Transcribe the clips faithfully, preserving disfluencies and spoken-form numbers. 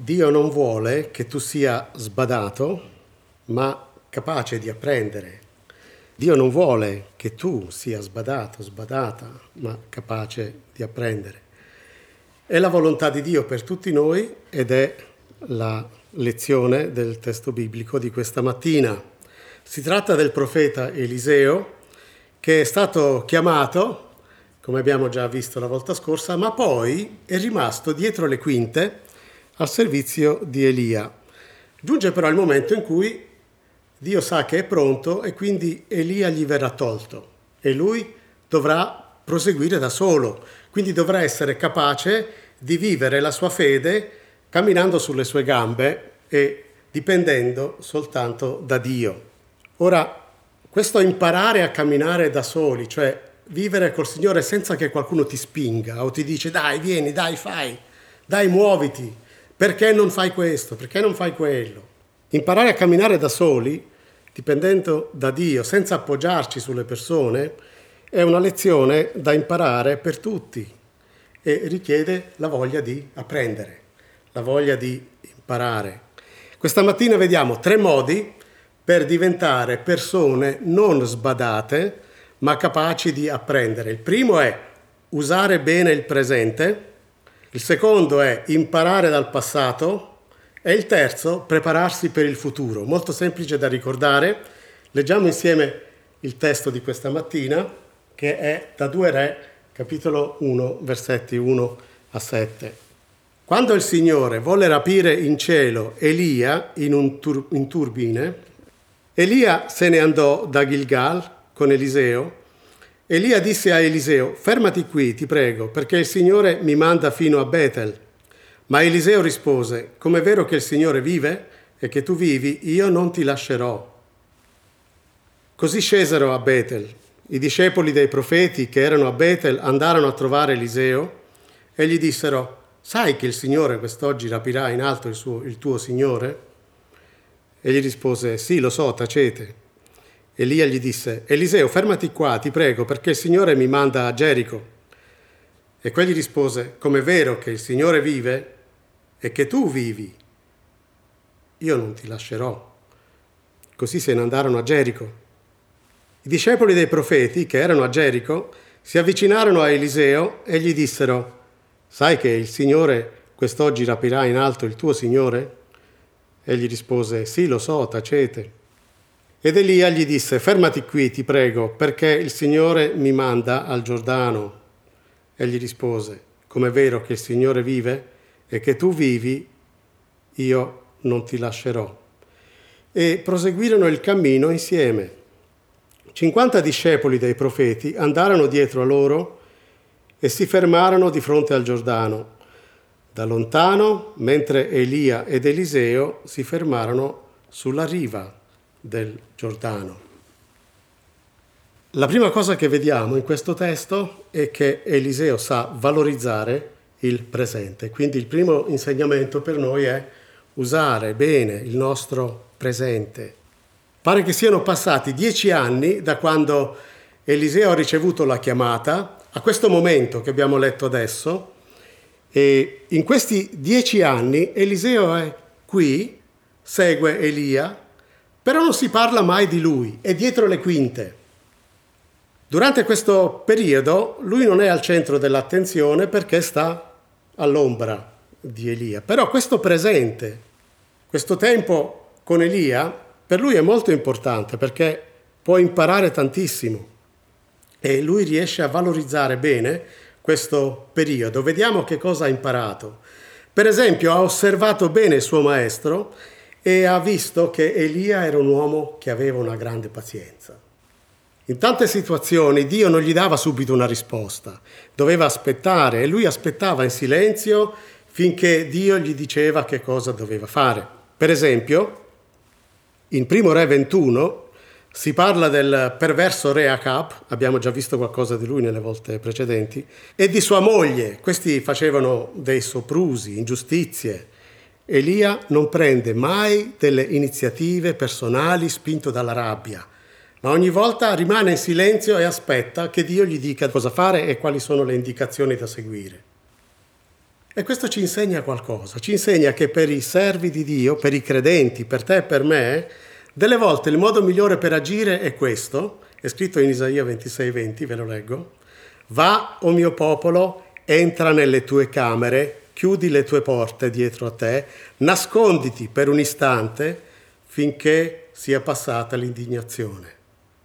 Dio non vuole che tu sia sbadato, ma capace di apprendere. Dio non vuole che tu sia sbadato, sbadata, ma capace di apprendere. È la volontà di Dio per tutti noi ed è la lezione del testo biblico di questa mattina. Si tratta del profeta Eliseo, che è stato chiamato, come abbiamo già visto la volta scorsa, ma poi è rimasto dietro le quinte al servizio di Elia. Giunge però il momento in cui Dio sa che è pronto e quindi Elia gli verrà tolto e lui dovrà proseguire da solo, quindi dovrà essere capace di vivere la sua fede camminando sulle sue gambe e dipendendo soltanto da Dio. Ora, questo imparare a camminare da soli, cioè vivere col Signore senza che qualcuno ti spinga o ti dice dai, vieni, dai, fai, dai, muoviti, perché non fai questo, perché non fai quello. Imparare a camminare da soli, dipendendo da Dio, senza appoggiarci sulle persone, è una lezione da imparare per tutti e richiede la voglia di apprendere, la voglia di imparare. Questa mattina vediamo tre modi per diventare persone non sbadate, ma capaci di apprendere. Il primo è usare bene il presente, il secondo è imparare dal passato e il terzo prepararsi per il futuro. Molto semplice da ricordare. Leggiamo insieme il testo di questa mattina, che è da due Re, capitolo uno, versetti uno a sette. Quando il Signore volle rapire in cielo Elia in, un tur- in turbine, Elia se ne andò da Gilgal con Eliseo. Elia disse a Eliseo: fermati qui, ti prego, perché il Signore mi manda fino a Betel. Ma Eliseo rispose: com'è vero che il Signore vive e che tu vivi, io non ti lascerò. Così scesero a Betel. I discepoli dei profeti che erano a Betel andarono a trovare Eliseo e gli dissero: sai che il Signore quest'oggi rapirà in alto il, suo, il tuo Signore? Egli rispose: sì, lo so, tacete. Elia gli disse: Eliseo, fermati qua, ti prego, perché il Signore mi manda a Gerico. E quegli rispose: com'è vero che il Signore vive e che tu vivi, io non ti lascerò. Così se ne andarono a Gerico. I discepoli dei profeti che erano a Gerico si avvicinarono a Eliseo e gli dissero: sai che il Signore quest'oggi rapirà in alto il tuo Signore? Egli rispose: sì, lo so, tacete. Ed Elia gli disse: fermati qui, ti prego, perché il Signore mi manda al Giordano. Egli rispose: com'è vero che il Signore vive e che tu vivi, io non ti lascerò. E proseguirono il cammino insieme. Cinquanta discepoli dei profeti andarono dietro a loro e si fermarono di fronte al Giordano, da lontano, mentre Elia ed Eliseo si fermarono sulla riva del Giordano. La prima cosa che vediamo in questo testo è che Eliseo sa valorizzare il presente. Quindi il primo insegnamento per noi è usare bene il nostro presente. Pare che siano passati dieci anni da quando Eliseo ha ricevuto la chiamata a questo momento che abbiamo letto adesso, e in questi dieci anni Eliseo è qui, segue Elia, però non si parla mai di lui, è dietro le quinte. Durante questo periodo lui non è al centro dell'attenzione perché sta all'ombra di Elia. Però questo presente, questo tempo con Elia, per lui è molto importante perché può imparare tantissimo e lui riesce a valorizzare bene questo periodo. Vediamo che cosa ha imparato. Per esempio, ha osservato bene il suo maestro e ha visto che Elia era un uomo che aveva una grande pazienza. In tante situazioni Dio non gli dava subito una risposta, doveva aspettare e lui aspettava in silenzio finché Dio gli diceva che cosa doveva fare. Per esempio, in Primo Re ventuno si parla del perverso re Acab, abbiamo già visto qualcosa di lui nelle volte precedenti, e di sua moglie. Questi facevano dei soprusi, ingiustizie. Elia non prende mai delle iniziative personali spinto dalla rabbia, ma ogni volta rimane in silenzio e aspetta che Dio gli dica cosa fare e quali sono le indicazioni da seguire. E questo ci insegna qualcosa, ci insegna che per i servi di Dio, per i credenti, per te e per me, delle volte il modo migliore per agire è questo, è scritto in Isaia ventisei venti, ve lo leggo: va, o mio popolo, entra nelle tue camere, chiudi le tue porte dietro a te, nasconditi per un istante finché sia passata l'indignazione.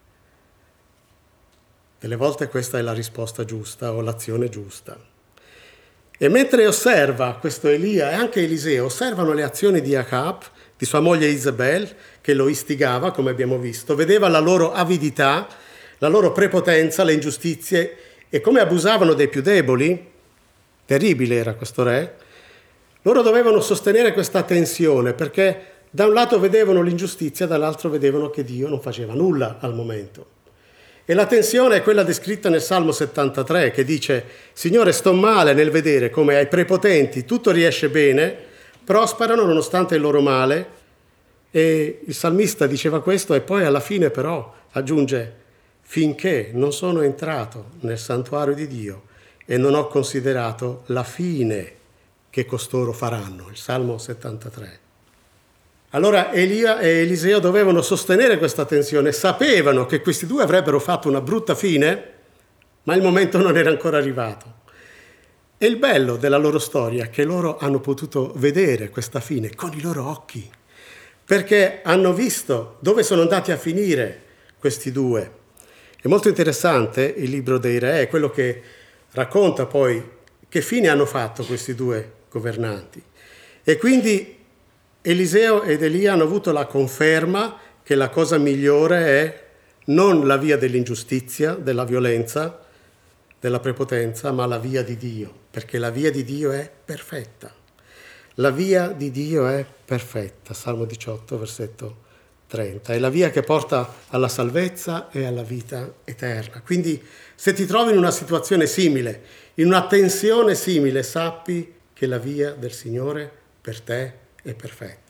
Delle volte questa è la risposta giusta o l'azione giusta. E mentre osserva questo Elia e anche Eliseo, osservano le azioni di Acab, di sua moglie Isabel, che lo istigava, come abbiamo visto, vedeva la loro avidità, la loro prepotenza, le ingiustizie e come abusavano dei più deboli. Terribile era questo re. Loro dovevano sostenere questa tensione perché da un lato vedevano l'ingiustizia, dall'altro vedevano che Dio non faceva nulla al momento. E la tensione è quella descritta nel Salmo settantatré, che dice: Signore, sto male nel vedere come ai prepotenti tutto riesce bene, prosperano nonostante il loro male. E il salmista diceva questo e poi alla fine però aggiunge: finché non sono entrato nel santuario di Dio e non ho considerato la fine che costoro faranno. Il Salmo settantatré. Allora Elia e Eliseo dovevano sostenere questa tensione, sapevano che questi due avrebbero fatto una brutta fine, ma il momento non era ancora arrivato. E il bello della loro storia è che loro hanno potuto vedere questa fine con i loro occhi, perché hanno visto dove sono andati a finire questi due. È molto interessante il libro dei Re, è quello che racconta poi che fine hanno fatto questi due governanti. E quindi Eliseo ed Elia hanno avuto la conferma che la cosa migliore è non la via dell'ingiustizia, della violenza, della prepotenza, ma la via di Dio, perché la via di Dio è perfetta. La via di Dio è perfetta, Salmo diciotto, versetto trenta, è la via che porta alla salvezza e alla vita eterna. Quindi se ti trovi in una situazione simile, in una tensione simile, sappi che la via del Signore per te è perfetta.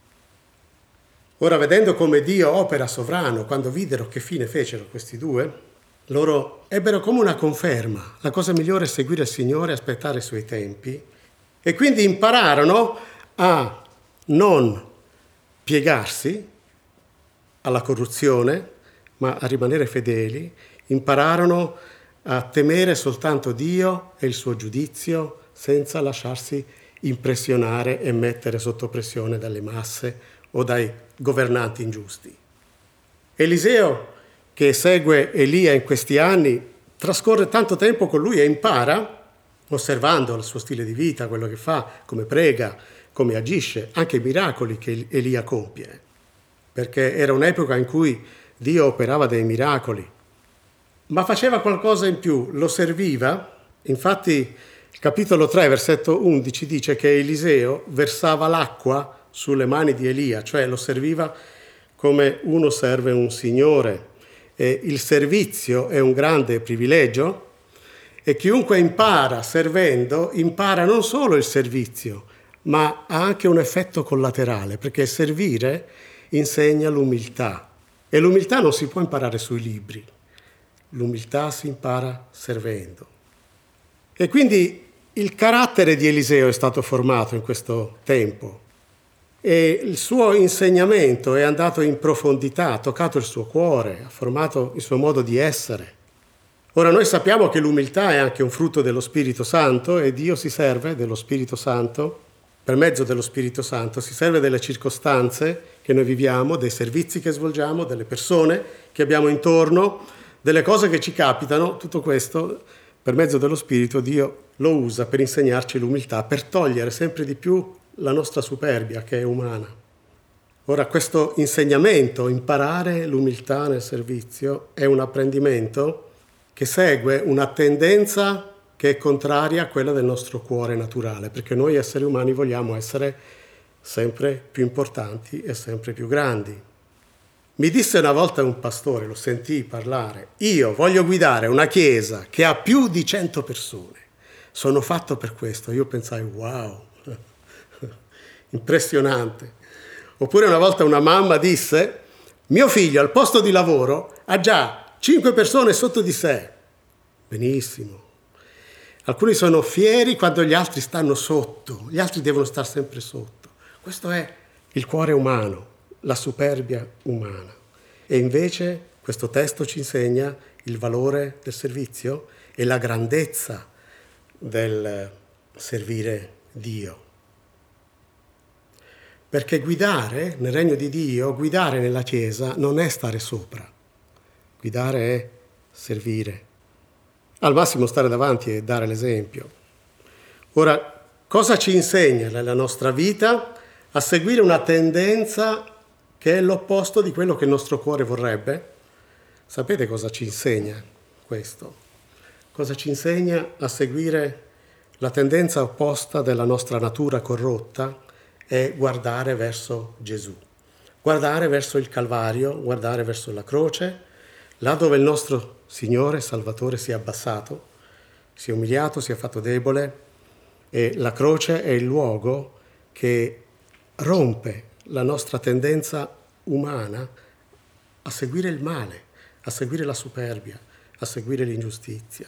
Ora, vedendo come Dio opera sovrano, quando videro che fine fecero questi due, loro ebbero come una conferma. La cosa migliore è seguire il Signore e aspettare i suoi tempi. E quindi impararono a non piegarsi alla corruzione, ma a rimanere fedeli. Impararono a temere soltanto Dio e il suo giudizio, senza lasciarsi impressionare e mettere sotto pressione dalle masse o dai governanti ingiusti. Eliseo, che segue Elia in questi anni, trascorre tanto tempo con lui e impara, osservando il suo stile di vita, quello che fa, come prega, come agisce, anche i miracoli che Elia compie, perché era un'epoca in cui Dio operava dei miracoli, ma faceva qualcosa in più, lo serviva. Infatti capitolo tre, versetto undici dice che Eliseo versava l'acqua sulle mani di Elia, cioè lo serviva come uno serve un signore. E il servizio è un grande privilegio e chiunque impara servendo impara non solo il servizio, ma ha anche un effetto collaterale, perché servire insegna l'umiltà e l'umiltà non si può imparare sui libri, l'umiltà si impara servendo. E quindi il carattere di Eliseo è stato formato in questo tempo e il suo insegnamento è andato in profondità, ha toccato il suo cuore, ha formato il suo modo di essere. Ora noi sappiamo che l'umiltà è anche un frutto dello Spirito Santo e Dio si serve dello Spirito Santo, per mezzo dello Spirito Santo, si serve delle circostanze che noi viviamo, dei servizi che svolgiamo, delle persone che abbiamo intorno, delle cose che ci capitano, tutto questo per mezzo dello Spirito Dio lo usa per insegnarci l'umiltà, per togliere sempre di più la nostra superbia che è umana. Ora questo insegnamento, imparare l'umiltà nel servizio, è un apprendimento che segue una tendenza che è contraria a quella del nostro cuore naturale, perché noi esseri umani vogliamo essere sempre più importanti e sempre più grandi. Mi disse una volta un pastore, lo sentii parlare: io voglio guidare una chiesa che ha più di cento persone, sono fatto per questo. Io pensai: wow, impressionante. Oppure una volta una mamma disse: mio figlio al posto di lavoro ha già cinque persone sotto di sé. Benissimo. Alcuni sono fieri quando gli altri stanno sotto, gli altri devono stare sempre sotto. Questo è il cuore umano, la superbia umana. E invece questo testo ci insegna il valore del servizio e la grandezza del servire Dio. Perché guidare nel regno di Dio, guidare nella Chiesa, non è stare sopra. Guidare è servire. Al massimo stare davanti e dare l'esempio. Ora, cosa ci insegna nella nostra vita? A seguire una tendenza che è l'opposto di quello che il nostro cuore vorrebbe? Sapete cosa ci insegna questo? Cosa ci insegna a seguire la tendenza opposta della nostra natura corrotta? È guardare verso Gesù, guardare verso il Calvario, guardare verso la croce, là dove il nostro Signore Salvatore si è abbassato, si è umiliato, si è fatto debole, e la croce è il luogo che rompe la nostra tendenza umana a seguire il male, a seguire la superbia, a seguire l'ingiustizia.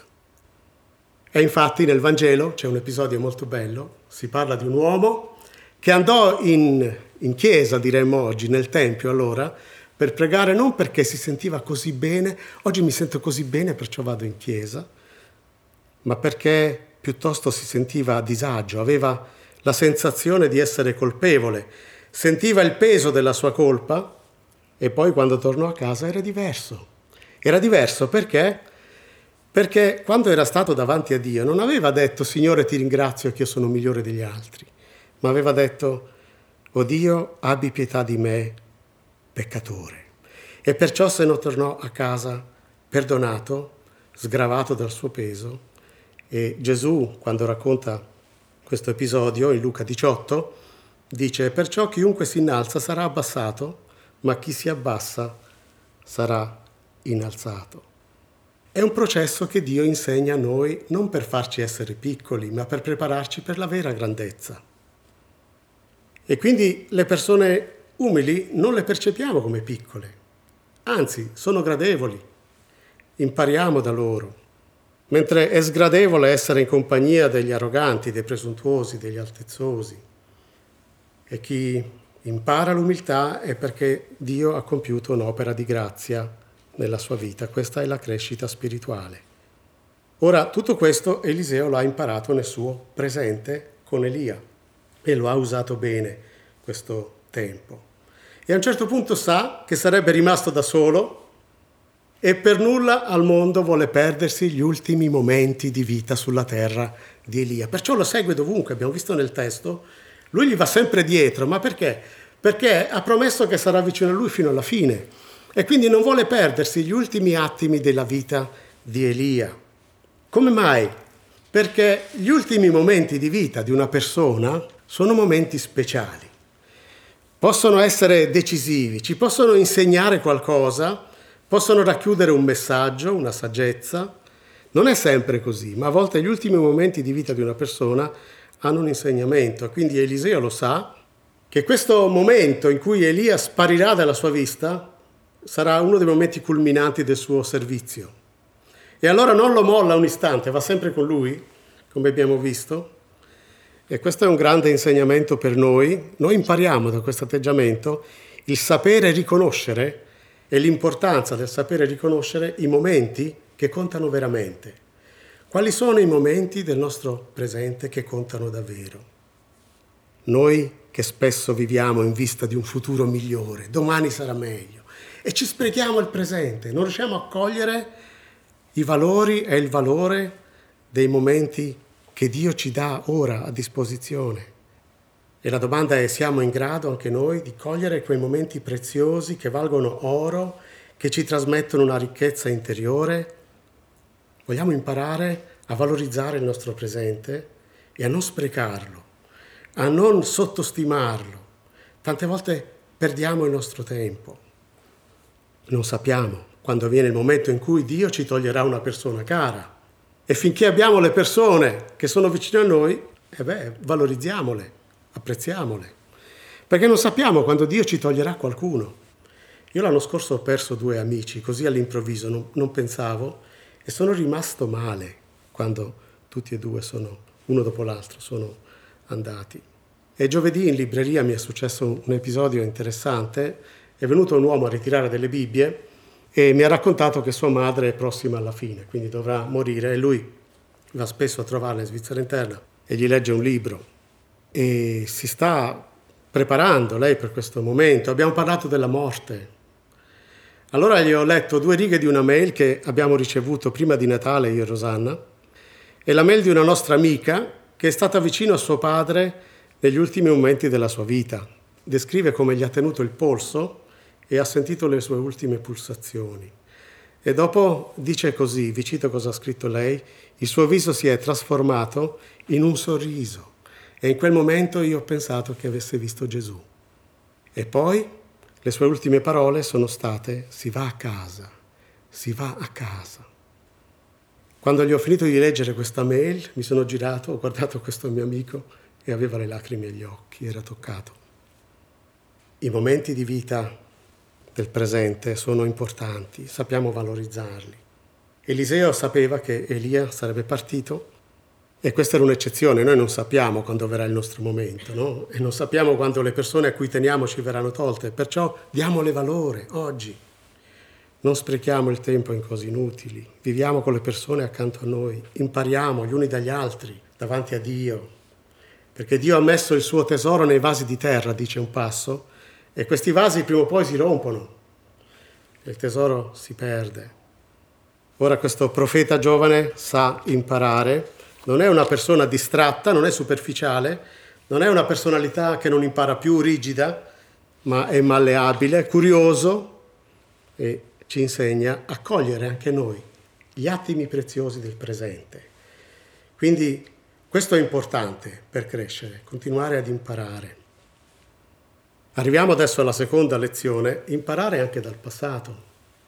E infatti nel Vangelo c'è un episodio molto bello, si parla di un uomo che andò in, in chiesa, diremmo oggi, nel Tempio allora, per pregare non perché si sentiva così bene, oggi mi sento così bene perciò vado in chiesa, ma perché piuttosto si sentiva a disagio, aveva la sensazione di essere colpevole, sentiva il peso della sua colpa e poi quando tornò a casa era diverso. Era diverso perché? Perché quando era stato davanti a Dio non aveva detto Signore ti ringrazio che io sono migliore degli altri, ma aveva detto, oh Dio, abbi pietà di me, peccatore. E perciò se ne tornò a casa perdonato, sgravato dal suo peso. E Gesù, quando racconta questo episodio, in Luca diciotto, dice, perciò chiunque si innalza sarà abbassato, ma chi si abbassa sarà innalzato. È un processo che Dio insegna a noi non per farci essere piccoli, ma per prepararci per la vera grandezza. E quindi le persone umili non le percepiamo come piccole, anzi sono gradevoli, impariamo da loro, mentre è sgradevole essere in compagnia degli arroganti, dei presuntuosi, degli altezzosi. E chi impara l'umiltà è perché Dio ha compiuto un'opera di grazia nella sua vita, questa è la crescita spirituale. Ora, tutto questo Eliseo l'ha imparato nel suo presente con Elia. E lo ha usato bene questo tempo. E a un certo punto sa che sarebbe rimasto da solo e per nulla al mondo vuole perdersi gli ultimi momenti di vita sulla terra di Elia. Perciò lo segue dovunque, abbiamo visto nel testo. Lui gli va sempre dietro, ma perché? Perché ha promesso che sarà vicino a lui fino alla fine e quindi non vuole perdersi gli ultimi attimi della vita di Elia. Come mai? Perché gli ultimi momenti di vita di una persona sono momenti speciali, possono essere decisivi, ci possono insegnare qualcosa, possono racchiudere un messaggio, una saggezza. Non è sempre così, ma a volte gli ultimi momenti di vita di una persona hanno un insegnamento. Quindi Eliseo lo sa, che questo momento in cui Elia sparirà dalla sua vista sarà uno dei momenti culminanti del suo servizio. E allora non lo molla un istante, va sempre con lui, come abbiamo visto. E questo è un grande insegnamento per noi. Noi impariamo da questo atteggiamento il sapere riconoscere e l'importanza del sapere riconoscere i momenti che contano veramente. Quali sono i momenti del nostro presente che contano davvero? Noi che spesso viviamo in vista di un futuro migliore, domani sarà meglio, e ci sprechiamo il presente, non riusciamo a cogliere i valori e il valore dei momenti che Dio ci dà ora a disposizione. E la domanda è, siamo in grado anche noi di cogliere quei momenti preziosi che valgono oro, che ci trasmettono una ricchezza interiore? Vogliamo imparare a valorizzare il nostro presente e a non sprecarlo, a non sottostimarlo. Tante volte perdiamo il nostro tempo. Non sappiamo quando viene il momento in cui Dio ci toglierà una persona cara. E finché abbiamo le persone che sono vicine a noi, eh beh, valorizziamole, apprezziamole. Perché non sappiamo quando Dio ci toglierà qualcuno. Io l'anno scorso ho perso due amici, così all'improvviso, non, non pensavo, e sono rimasto male quando tutti e due sono, uno dopo l'altro, sono andati. E giovedì in libreria mi è successo un episodio interessante. È venuto un uomo a ritirare delle Bibbie e mi ha raccontato che sua madre è prossima alla fine, quindi dovrà morire, e lui va spesso a trovarla in Svizzera interna e gli legge un libro e si sta preparando lei per questo momento. Abbiamo parlato della morte. Allora gli ho letto due righe di una mail che abbiamo ricevuto prima di Natale, io e Rosanna, e la mail di una nostra amica che è stata vicino a suo padre negli ultimi momenti della sua vita. Descrive come gli ha tenuto il polso e ha sentito le sue ultime pulsazioni. E dopo dice così, vi cito cosa ha scritto lei: il suo viso si è trasformato in un sorriso e in quel momento io ho pensato che avesse visto Gesù. E poi le sue ultime parole sono state: si va a casa, si va a casa. Quando gli ho finito di leggere questa mail mi sono girato, ho guardato questo mio amico e aveva le lacrime agli occhi, era toccato. I momenti di vita del presente sono importanti, sappiamo valorizzarli. Eliseo sapeva che Elia sarebbe partito e questa era un'eccezione, noi non sappiamo quando verrà il nostro momento, no? E non sappiamo quando le persone a cui teniamo ci verranno tolte, perciò diamole valore oggi. Non sprechiamo il tempo in cose inutili, viviamo con le persone accanto a noi, impariamo gli uni dagli altri davanti a Dio, perché Dio ha messo il suo tesoro nei vasi di terra, dice un passo, e questi vasi prima o poi si rompono e il tesoro si perde. Ora questo profeta giovane sa imparare, non è una persona distratta, non è superficiale, non è una personalità che non impara più, rigida, ma è malleabile, curioso, e ci insegna a cogliere anche noi gli attimi preziosi del presente. Quindi questo è importante per crescere, continuare ad imparare. Arriviamo adesso alla seconda lezione, imparare anche dal passato.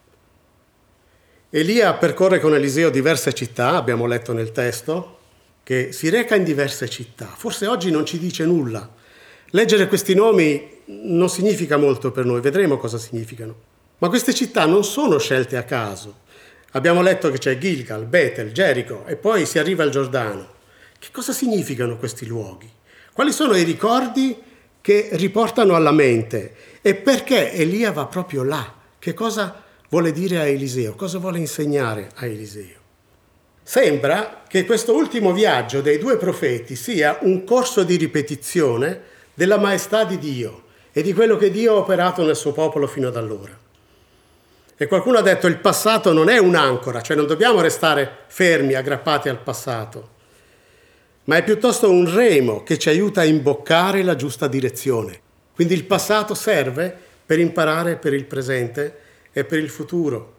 Elia percorre con Eliseo diverse città, abbiamo letto nel testo, che si reca in diverse città. Forse oggi non ci dice nulla. Leggere questi nomi non significa molto per noi, vedremo cosa significano. Ma queste città non sono scelte a caso. Abbiamo letto che c'è Gilgal, Betel, Gerico e poi si arriva al Giordano. Che cosa significano questi luoghi? Quali sono i ricordi che riportano alla mente? E perché Elia va proprio là? Che cosa vuole dire a Eliseo? Cosa vuole insegnare a Eliseo? Sembra che questo ultimo viaggio dei due profeti sia un corso di ripetizione della maestà di Dio e di quello che Dio ha operato nel suo popolo fino ad allora. E qualcuno ha detto: il passato non è un'ancora, cioè non dobbiamo restare fermi, aggrappati al passato, ma è piuttosto un remo che ci aiuta a imboccare la giusta direzione. Quindi il passato serve per imparare per il presente e per il futuro.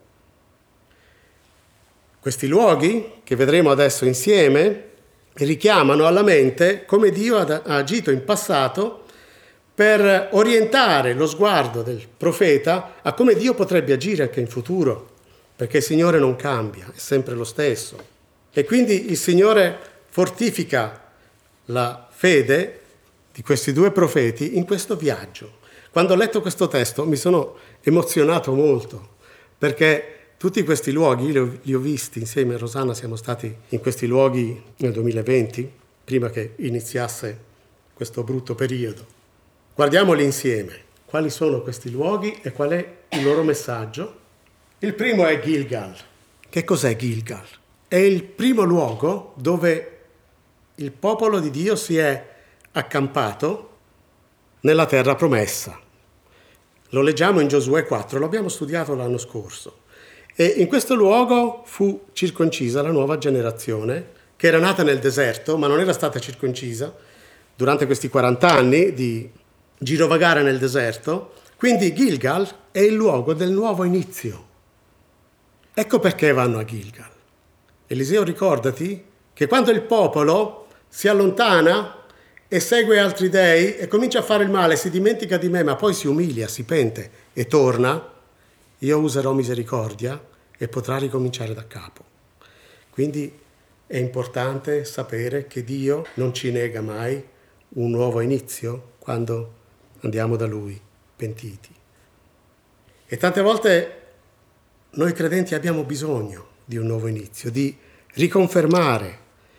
Questi luoghi, che vedremo adesso insieme, richiamano alla mente come Dio ha agito in passato per orientare lo sguardo del profeta a come Dio potrebbe agire anche in futuro, perché il Signore non cambia, è sempre lo stesso. E quindi il Signore fortifica la fede di questi due profeti in questo viaggio. Quando ho letto questo testo mi sono emozionato molto, perché tutti questi luoghi li ho, li ho visti insieme a Rosanna, siamo stati in questi luoghi nel duemilaventi, prima che iniziasse questo brutto periodo. Guardiamoli insieme. Quali sono questi luoghi e qual è il loro messaggio? Il primo è Gilgal. Che cos'è Gilgal? È il primo luogo dove il popolo di Dio si è accampato nella terra promessa. Lo leggiamo in Giosuè quattro, lo abbiamo studiato l'anno scorso. E in questo luogo fu circoncisa la nuova generazione, che era nata nel deserto, ma non era stata circoncisa durante questi quaranta anni di girovagare nel deserto. Quindi Gilgal è il luogo del nuovo inizio. Ecco perché vanno a Gilgal. Eliseo, ricordati che quando il popolo si allontana e segue altri dei e comincia a fare il male, si dimentica di me, ma poi si umilia, si pente e torna, io userò misericordia e potrà ricominciare da capo. Quindi è importante sapere che Dio non ci nega mai un nuovo inizio quando andiamo da Lui, pentiti. E tante volte noi credenti abbiamo bisogno di un nuovo inizio, di riconfermare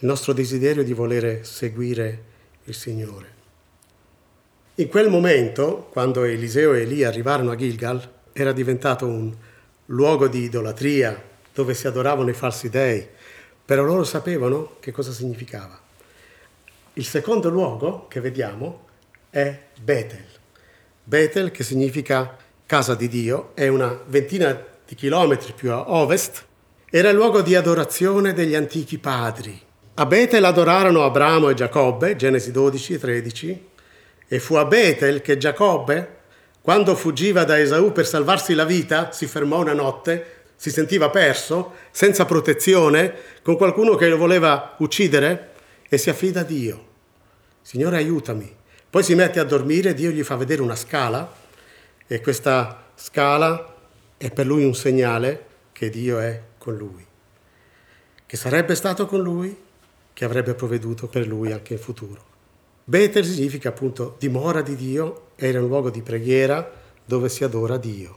il nostro desiderio di volere seguire il Signore. In quel momento, quando Eliseo e Elia arrivarono a Gilgal, era diventato un luogo di idolatria dove si adoravano i falsi dei, però loro sapevano che cosa significava. Il secondo luogo che vediamo è Betel. Betel, che significa casa di Dio, è una ventina di chilometri più a ovest, era il luogo di adorazione degli antichi padri. A Betel adorarono Abramo e Giacobbe, Genesi dodici e tredici, e fu a Betel che Giacobbe, quando fuggiva da Esaù per salvarsi la vita, si fermò una notte, si sentiva perso, senza protezione, con qualcuno che lo voleva uccidere, e si affida a Dio. Signore, aiutami. Poi si mette a dormire, Dio gli fa vedere una scala, e questa scala è per lui un segnale che Dio è con lui, che sarebbe stato con lui, che avrebbe provveduto per lui anche in futuro. Betel significa appunto dimora di Dio, era un luogo di preghiera dove si adora Dio.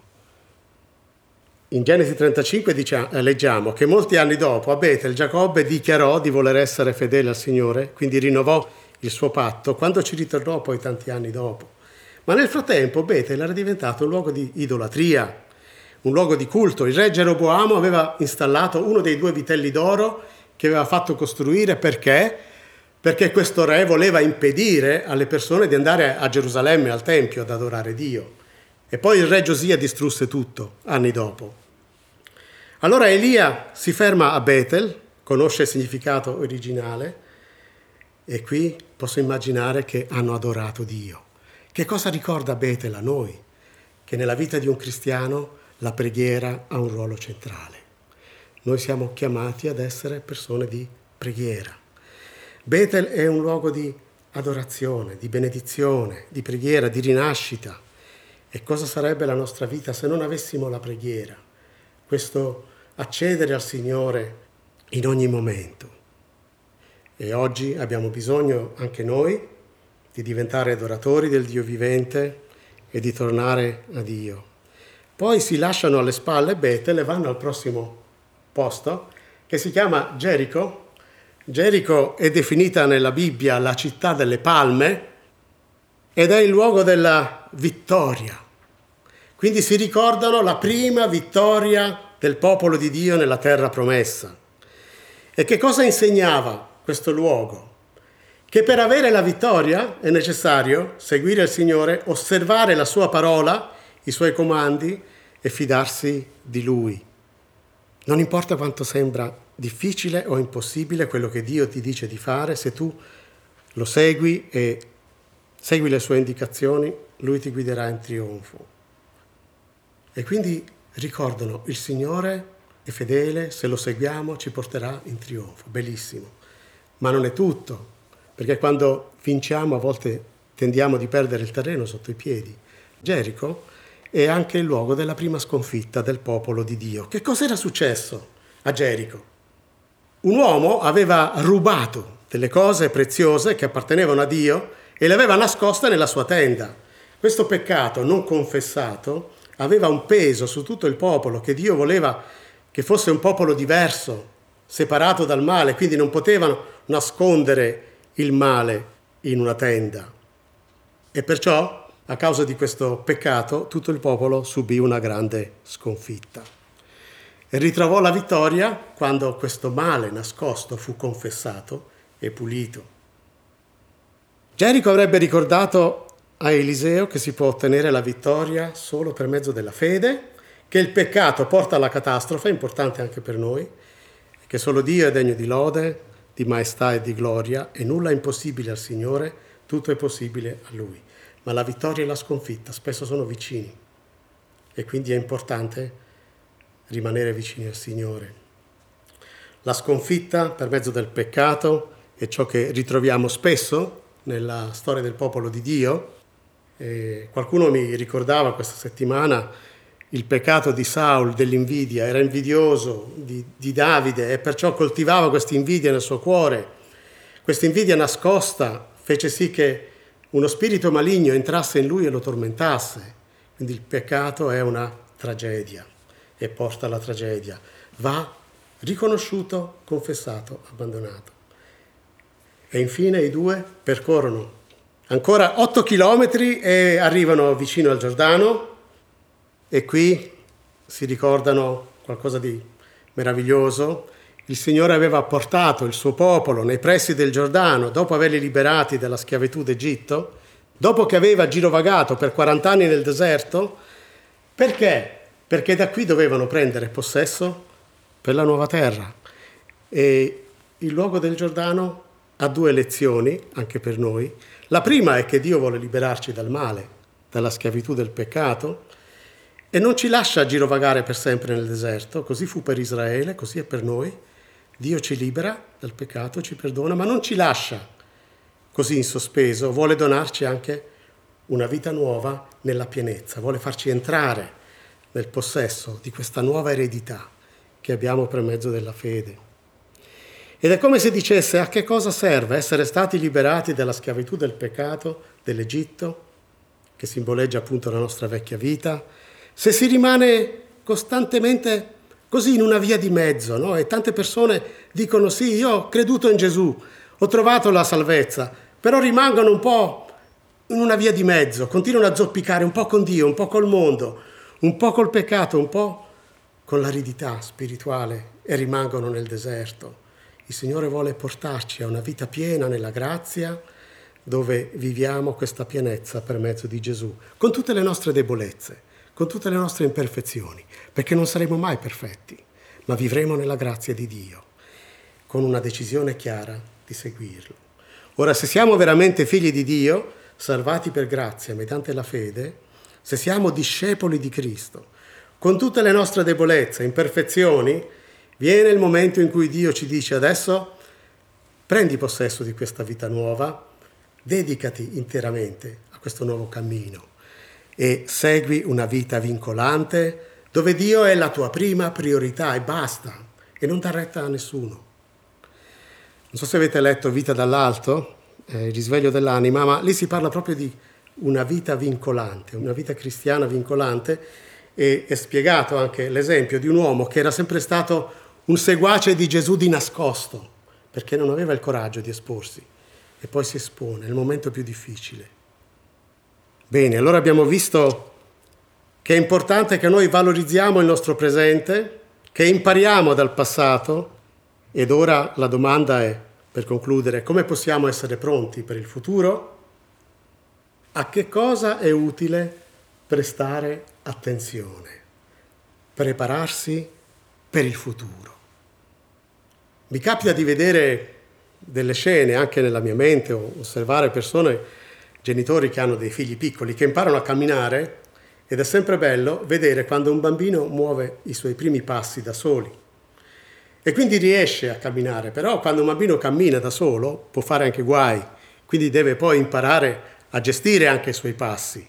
In Genesi trentacinque diciamo, eh, leggiamo che molti anni dopo a Betel Giacobbe dichiarò di voler essere fedele al Signore, quindi rinnovò il suo patto, quando ci ritornò poi tanti anni dopo. Ma nel frattempo Betel era diventato un luogo di idolatria, un luogo di culto. Il re Geroboamo aveva installato uno dei due vitelli d'oro che aveva fatto costruire perché? Perché questo re voleva impedire alle persone di andare a Gerusalemme, al Tempio, ad adorare Dio. E poi il re Giosia distrusse tutto, anni dopo. Allora Elia si ferma a Betel, conosce il significato originale, e qui posso immaginare che hanno adorato Dio. Che cosa ricorda Betel a noi? Che nella vita di un cristiano la preghiera ha un ruolo centrale. Noi siamo chiamati ad essere persone di preghiera. Betel è un luogo di adorazione, di benedizione, di preghiera, di rinascita. E cosa sarebbe la nostra vita se non avessimo la preghiera? Questo accedere al Signore in ogni momento. E oggi abbiamo bisogno anche noi di diventare adoratori del Dio vivente e di tornare a Dio. Poi si lasciano alle spalle Betel e vanno al prossimo posto, che si chiama Gerico. Gerico è definita nella Bibbia la città delle palme ed è il luogo della vittoria. Quindi si ricordano la prima vittoria del popolo di Dio nella terra promessa. E che cosa insegnava questo luogo? Che per avere la vittoria è necessario seguire il Signore, osservare la sua parola, i suoi comandi e fidarsi di Lui. Non importa quanto sembra difficile o impossibile quello che Dio ti dice di fare, se tu lo segui e segui le sue indicazioni, Lui ti guiderà in trionfo. E quindi ricordano, il Signore è fedele, se lo seguiamo ci porterà in trionfo. Bellissimo. Ma non è tutto, perché quando vinciamo a volte tendiamo di perdere il terreno sotto i piedi. Gerico è anche il luogo della prima sconfitta del popolo di Dio. Che cosa era successo a Gerico? Un uomo aveva rubato delle cose preziose che appartenevano a Dio e le aveva nascoste nella sua tenda. Questo peccato non confessato aveva un peso su tutto il popolo, che Dio voleva che fosse un popolo diverso, separato dal male, quindi non potevano nascondere il male in una tenda. E perciò, a causa di questo peccato, tutto il popolo subì una grande sconfitta. E ritrovò la vittoria quando questo male nascosto fu confessato e pulito. Gerico avrebbe ricordato a Eliseo che si può ottenere la vittoria solo per mezzo della fede, che il peccato porta alla catastrofe, importante anche per noi, che solo Dio è degno di lode, di maestà e di gloria, e nulla è impossibile al Signore, tutto è possibile a Lui. Ma la vittoria e la sconfitta spesso sono vicini, e quindi è importante rimanere vicini al Signore. La sconfitta per mezzo del peccato è ciò che ritroviamo spesso nella storia del popolo di Dio. E qualcuno mi ricordava questa settimana il peccato di Saul, dell'invidia. Era invidioso di, di Davide e perciò coltivava questa invidia nel suo cuore. Questa invidia nascosta fece sì che uno spirito maligno entrasse in lui e lo tormentasse. Quindi il peccato è una tragedia e porta alla tragedia. Va riconosciuto, confessato, abbandonato. E infine i due percorrono ancora otto chilometri e arrivano vicino al Giordano, e qui si ricordano qualcosa di meraviglioso. Il Signore aveva portato il suo popolo nei pressi del Giordano dopo averli liberati dalla schiavitù d'Egitto, dopo che aveva girovagato per quaranta anni nel deserto. Perché? Perché da qui dovevano prendere possesso per la nuova terra. E il luogo del Giordano ha due lezioni anche per noi. La prima è che Dio vuole liberarci dal male, dalla schiavitù del peccato, e non ci lascia girovagare per sempre nel deserto. Così fu per Israele, così è per noi. Dio ci libera dal peccato, ci perdona, ma non ci lascia così in sospeso. Vuole donarci anche una vita nuova nella pienezza, vuole farci entrare nel possesso di questa nuova eredità che abbiamo per mezzo della fede. Ed è come se dicesse: a che cosa serve essere stati liberati dalla schiavitù del peccato, dell'Egitto, che simboleggia appunto la nostra vecchia vita, se si rimane costantemente così in una via di mezzo, no? E tante persone dicono: sì, io ho creduto in Gesù, ho trovato la salvezza, però rimangono un po' in una via di mezzo, continuano a zoppicare un po' con Dio, un po' col mondo, un po' col peccato, un po' con l'aridità spirituale, e rimangono nel deserto. Il Signore vuole portarci a una vita piena nella grazia, dove viviamo questa pienezza per mezzo di Gesù, con tutte le nostre debolezze, con tutte le nostre imperfezioni, perché non saremo mai perfetti, ma vivremo nella grazia di Dio, con una decisione chiara di seguirlo. Ora, se siamo veramente figli di Dio, salvati per grazia mediante la fede, se siamo discepoli di Cristo, con tutte le nostre debolezze, imperfezioni, viene il momento in cui Dio ci dice: adesso prendi possesso di questa vita nuova, dedicati interamente a questo nuovo cammino e segui una vita vincolante dove Dio è la tua prima priorità e basta, e non dà retta a nessuno. Non so se avete letto Vita dall'alto, eh, il risveglio dell'anima, ma lì si parla proprio di una vita vincolante, una vita cristiana vincolante, e è spiegato anche l'esempio di un uomo che era sempre stato un seguace di Gesù di nascosto, perché non aveva il coraggio di esporsi, e poi si espone nel momento più difficile. Bene, allora abbiamo visto che è importante che noi valorizziamo il nostro presente, che impariamo dal passato, ed ora la domanda è, per concludere: come possiamo essere pronti per il futuro? A che cosa è utile prestare attenzione? Prepararsi per il futuro. Mi capita di vedere delle scene anche nella mia mente, o osservare persone, genitori che hanno dei figli piccoli che imparano a camminare, ed è sempre bello vedere quando un bambino muove i suoi primi passi da soli e quindi riesce a camminare. Però quando un bambino cammina da solo può fare anche guai, quindi deve poi imparare a gestire anche i suoi passi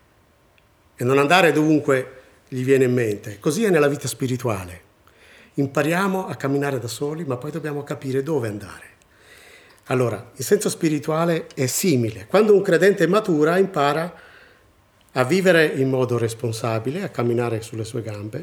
e non andare dovunque gli viene in mente. Così è nella vita spirituale. Impariamo a camminare da soli, ma poi dobbiamo capire dove andare. Allora, il senso spirituale è simile. Quando un credente matura, impara a vivere in modo responsabile, a camminare sulle sue gambe.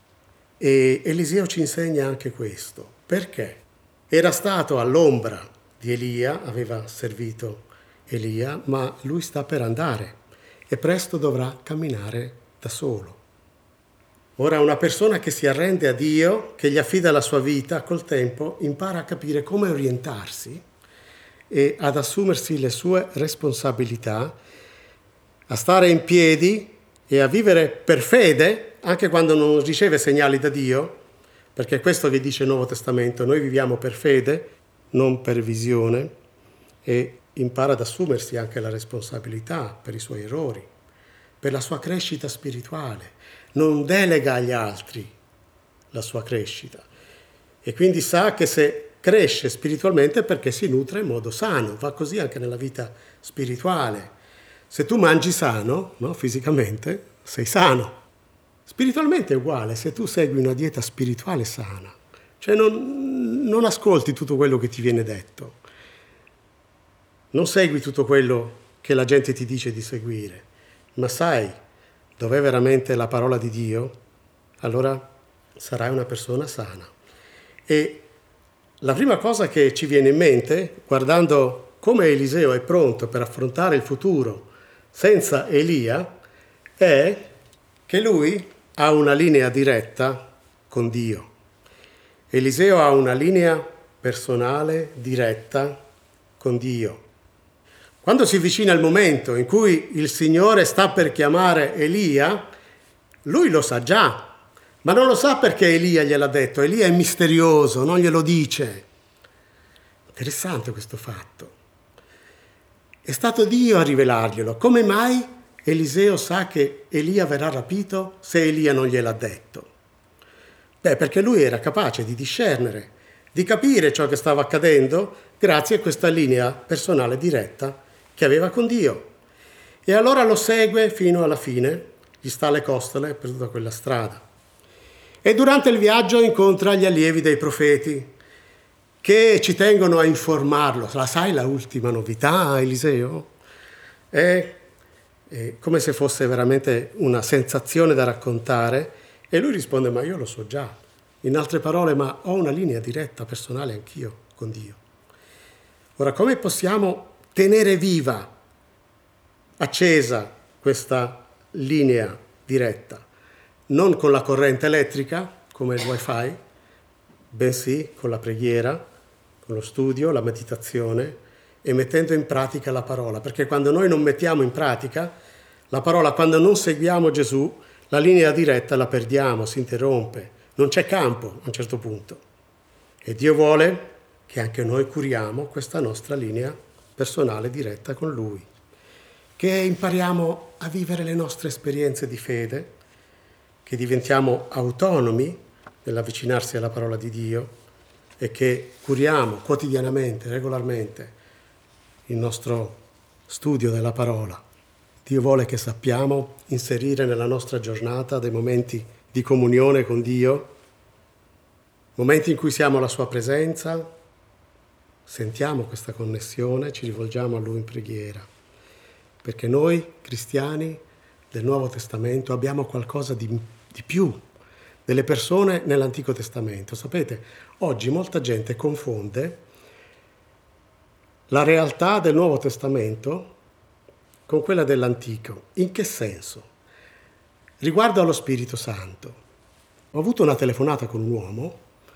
E Eliseo ci insegna anche questo. Perché? Era stato all'ombra di Elia, aveva servito Elia, ma lui sta per andare e presto dovrà camminare da solo. Ora, una persona che si arrende a Dio, che gli affida la sua vita, col tempo impara a capire come orientarsi e ad assumersi le sue responsabilità, a stare in piedi e a vivere per fede, anche quando non riceve segnali da Dio, perché questo vi dice il Nuovo Testamento: noi viviamo per fede, non per visione, e impara ad assumersi anche la responsabilità per i suoi errori, per la sua crescita spirituale. Non delega agli altri la sua crescita e quindi sa che se cresce spiritualmente è perché si nutre in modo sano. Va così anche nella vita spirituale. Se tu mangi sano, no, fisicamente, sei sano. Spiritualmente è uguale, se tu segui una dieta spirituale sana, cioè non, non ascolti tutto quello che ti viene detto, non segui tutto quello che la gente ti dice di seguire, ma sai dov'è veramente la parola di Dio, allora sarai una persona sana. E La prima cosa che ci viene in mente, guardando come Eliseo è pronto per affrontare il futuro senza Elia, è che lui ha una linea diretta con Dio. Eliseo ha una linea personale diretta con Dio. Quando si avvicina il momento in cui il Signore sta per chiamare Elia, lui lo sa già, ma non lo sa perché Elia gliel'ha detto. Elia è misterioso, non glielo dice. Interessante questo fatto. È stato Dio a rivelarglielo. Come mai Eliseo sa che Elia verrà rapito se Elia non gliel'ha detto? Beh, perché lui era capace di discernere, di capire ciò che stava accadendo grazie a questa linea personale diretta che aveva con Dio. E allora lo segue fino alla fine, gli sta alle costole per tutta quella strada. E durante il viaggio incontra gli allievi dei profeti che ci tengono a informarlo. La sai la ultima novità, Eliseo? È, è come se fosse veramente una sensazione da raccontare. E lui risponde, ma io lo so già. In altre parole, ma ho una linea diretta personale anch'io con Dio. Ora, come possiamo tenere viva, accesa questa linea diretta? Non con la corrente elettrica, come il wifi, bensì con la preghiera, con lo studio, la meditazione e mettendo in pratica la parola. Perché quando noi non mettiamo in pratica la parola, quando non seguiamo Gesù, la linea diretta la perdiamo, si interrompe, non c'è campo a un certo punto. E Dio vuole che anche noi curiamo questa nostra linea personale diretta con Lui, che impariamo a vivere le nostre esperienze di fede, che diventiamo autonomi nell'avvicinarsi alla parola di Dio e che curiamo quotidianamente, regolarmente il nostro studio della parola. Dio vuole che sappiamo inserire nella nostra giornata dei momenti di comunione con Dio, momenti in cui siamo alla sua presenza, sentiamo questa connessione, ci rivolgiamo a Lui in preghiera, perché noi cristiani del Nuovo Testamento abbiamo qualcosa di, di più delle persone nell'Antico Testamento. Sapete, oggi molta gente confonde la realtà del Nuovo Testamento con quella dell'Antico. In che senso? Riguardo allo Spirito Santo. Ho avuto una telefonata con un uomo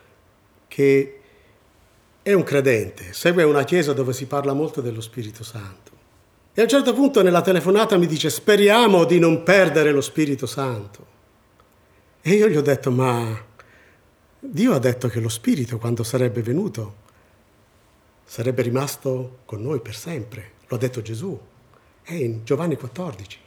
che è un credente, segue una chiesa dove si parla molto dello Spirito Santo. E a un certo punto nella telefonata mi dice: speriamo di non perdere lo Spirito Santo. E io gli ho detto: ma Dio ha detto che lo Spirito, quando sarebbe venuto, sarebbe rimasto con noi per sempre. Lo ha detto Gesù. È in Giovanni quattordici.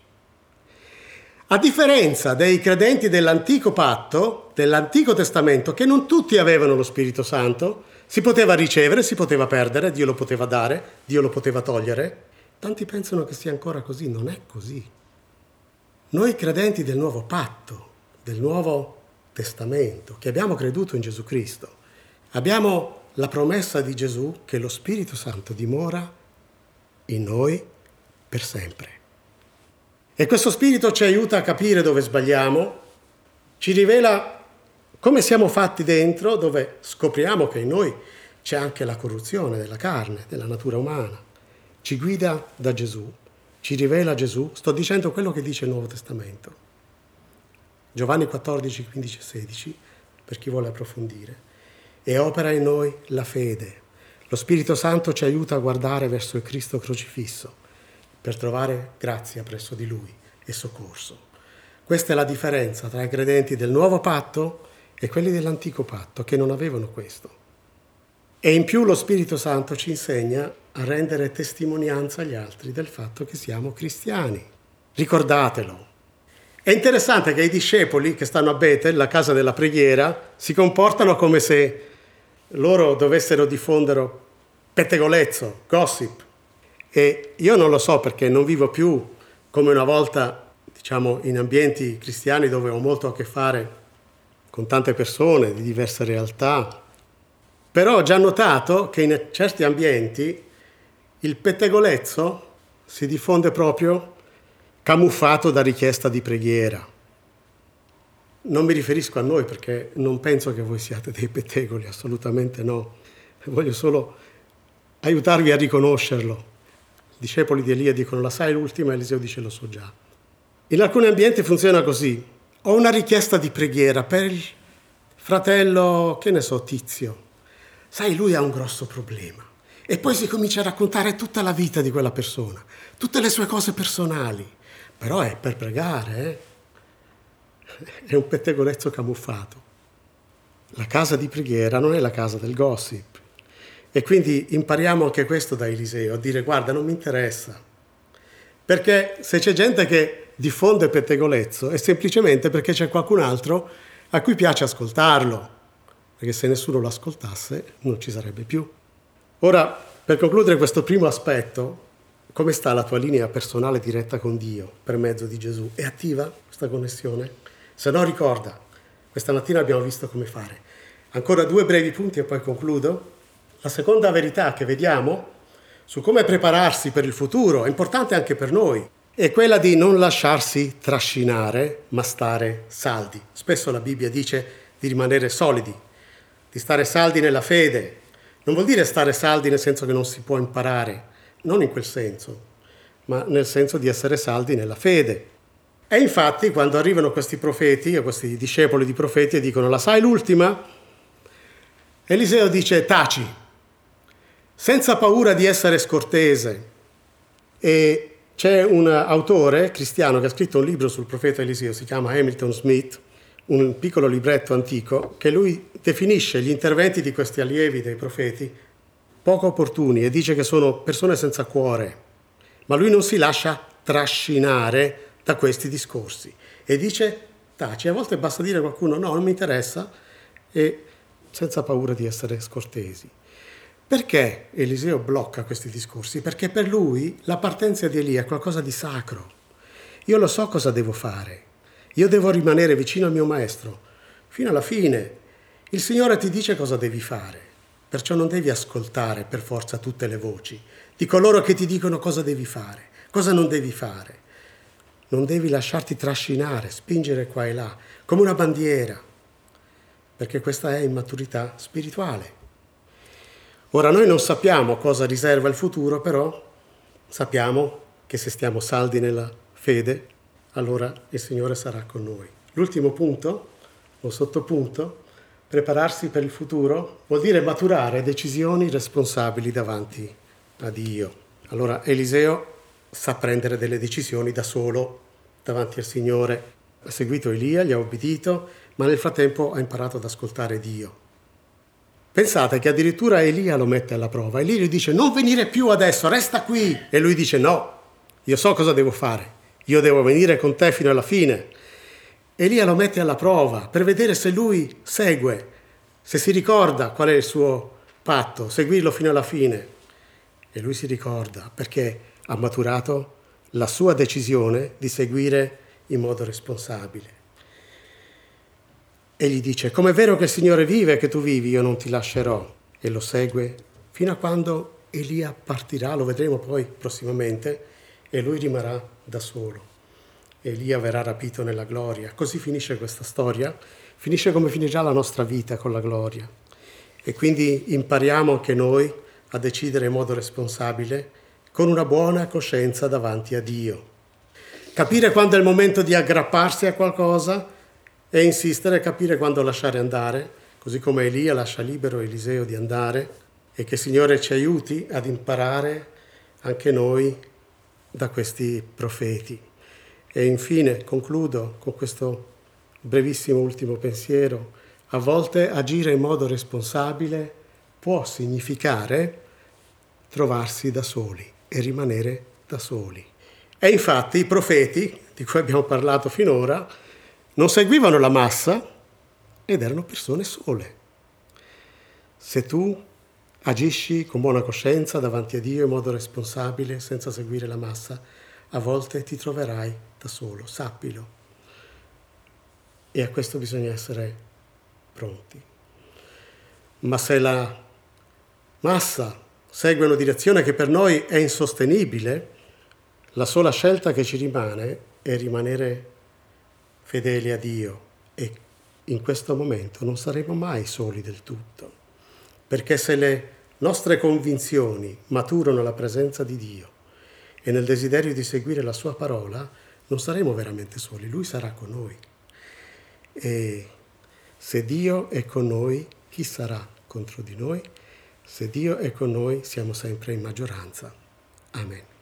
A differenza dei credenti dell'antico patto, dell'Antico Testamento, che non tutti avevano lo Spirito Santo, si poteva ricevere, si poteva perdere, Dio lo poteva dare, Dio lo poteva togliere. Tanti pensano che sia ancora così, non è così. Noi credenti del nuovo patto, del Nuovo Testamento, che abbiamo creduto in Gesù Cristo, abbiamo la promessa di Gesù che lo Spirito Santo dimora in noi per sempre. E questo Spirito ci aiuta a capire dove sbagliamo, ci rivela come siamo fatti dentro, dove scopriamo che in noi c'è anche la corruzione della carne, della natura umana. Ci guida da Gesù, ci rivela Gesù. Sto dicendo quello che dice il Nuovo Testamento. Giovanni quattordici, quindici e sedici, per chi vuole approfondire. E opera in noi la fede. Lo Spirito Santo ci aiuta a guardare verso il Cristo crocifisso per trovare grazia presso di Lui e soccorso. Questa è la differenza tra i credenti del Nuovo Patto e quelli dell'Antico Patto, che non avevano questo. E in più lo Spirito Santo ci insegna a rendere testimonianza agli altri del fatto che siamo cristiani. Ricordatelo. È interessante che i discepoli che stanno a Betel, la casa della preghiera, si comportano come se loro dovessero diffondere pettegolezzo, gossip. E io non lo so perché non vivo più come una volta, diciamo, in ambienti cristiani dove ho molto a che fare con tante persone di diverse realtà. Però ho già notato che in certi ambienti il pettegolezzo si diffonde proprio camuffato da richiesta di preghiera. Non mi riferisco a noi perché non penso che voi siate dei pettegoli, assolutamente no. voglio solo aiutarvi a riconoscerlo. I discepoli di Elia dicono: la sai l'ultima? Eliseo dice: lo so già. In alcuni ambienti funziona così: ho una richiesta di preghiera per il fratello, che ne so, Tizio. Sai, lui ha un grosso problema. E poi si comincia a raccontare tutta la vita di quella persona, tutte le sue cose personali. Però è per pregare, eh? È un pettegolezzo camuffato. La casa di preghiera non è la casa del gossip. E quindi impariamo anche questo da Eliseo, a dire: guarda, non mi interessa. Perché se c'è gente che diffonde pettegolezzo è semplicemente perché c'è qualcun altro a cui piace ascoltarlo. Perché se nessuno lo ascoltasse non ci sarebbe più. Ora, per concludere questo primo aspetto, come sta la tua linea personale diretta con Dio per mezzo di Gesù? È attiva questa connessione? Se no, ricorda, questa mattina abbiamo visto come fare. Ancora due brevi punti e poi concludo. La seconda verità che vediamo su come prepararsi per il futuro, è importante anche per noi, è quella di non lasciarsi trascinare, ma stare saldi. Spesso la Bibbia dice di rimanere solidi, di stare saldi nella fede. Non vuol dire stare saldi nel senso che non si può imparare, non in quel senso, ma nel senso di essere saldi nella fede. E infatti quando arrivano questi profeti, o questi discepoli di profeti, e dicono: la sai l'ultima? Eliseo dice: taci, senza paura di essere scortese. E c'è un autore cristiano che ha scritto un libro sul profeta Eliseo, si chiama Hamilton Smith, un piccolo libretto antico, che lui definisce gli interventi di questi allievi dei profeti poco opportuni e dice che sono persone senza cuore, ma lui non si lascia trascinare da questi discorsi e dice: taci. A volte basta dire a qualcuno: no, non mi interessa, e senza paura di essere scortesi. Perché Eliseo blocca questi discorsi? Perché per lui la partenza di Elia è qualcosa di sacro. Io lo so cosa devo fare. Io devo rimanere vicino al mio maestro fino alla fine. Il Signore ti dice cosa devi fare, perciò non devi ascoltare per forza tutte le voci di coloro che ti dicono cosa devi fare, cosa non devi fare. Non devi lasciarti trascinare, spingere qua e là, come una bandiera, perché questa è immaturità spirituale. Ora, noi non sappiamo cosa riserva il futuro, però sappiamo che se stiamo saldi nella fede, allora il Signore sarà con noi. L'ultimo punto, o sottopunto, prepararsi per il futuro vuol dire maturare decisioni responsabili davanti a Dio. Allora Eliseo sa prendere delle decisioni da solo davanti al Signore. Ha seguito Elia, gli ha obbedito, ma nel frattempo ha imparato ad ascoltare Dio. Pensate che addirittura Elia lo mette alla prova. Elia gli dice: non venire più adesso, resta qui. E lui dice: no, io so cosa devo fare. Io devo venire con te fino alla fine. Elia lo mette alla prova per vedere se lui segue, se si ricorda qual è il suo patto, seguirlo fino alla fine. E lui si ricorda perché ha maturato la sua decisione di seguire in modo responsabile. E gli dice: com'è vero che il Signore vive e che tu vivi, io non ti lascerò. E lo segue fino a quando Elia partirà, lo vedremo poi prossimamente, e lui rimarrà da solo. Elia verrà rapito nella gloria. Così finisce questa storia, finisce come finirà la nostra vita, con la gloria. E quindi impariamo anche noi a decidere in modo responsabile, con una buona coscienza davanti a Dio. Capire quando è il momento di aggrapparsi a qualcosa e insistere, capire quando lasciare andare, così come Elia lascia libero Eliseo di andare, e che il Signore ci aiuti ad imparare anche noi da questi profeti. E infine concludo con questo brevissimo ultimo pensiero. A volte agire in modo responsabile può significare trovarsi da soli e rimanere da soli. E infatti i profeti, di cui abbiamo parlato finora, non seguivano la massa ed erano persone sole. Se tu agisci con buona coscienza davanti a Dio in modo responsabile, senza seguire la massa, a volte ti troverai da solo, sappilo. E a questo bisogna essere pronti. Ma se la massa segue una direzione che per noi è insostenibile, la sola scelta che ci rimane è rimanere fedeli a Dio, e in questo momento non saremo mai soli del tutto, perché se le nostre convinzioni maturano alla presenza di Dio e nel desiderio di seguire la sua parola, non saremo veramente soli, Lui sarà con noi. E se Dio è con noi, chi sarà contro di noi? Se Dio è con noi, siamo sempre in maggioranza. Amen.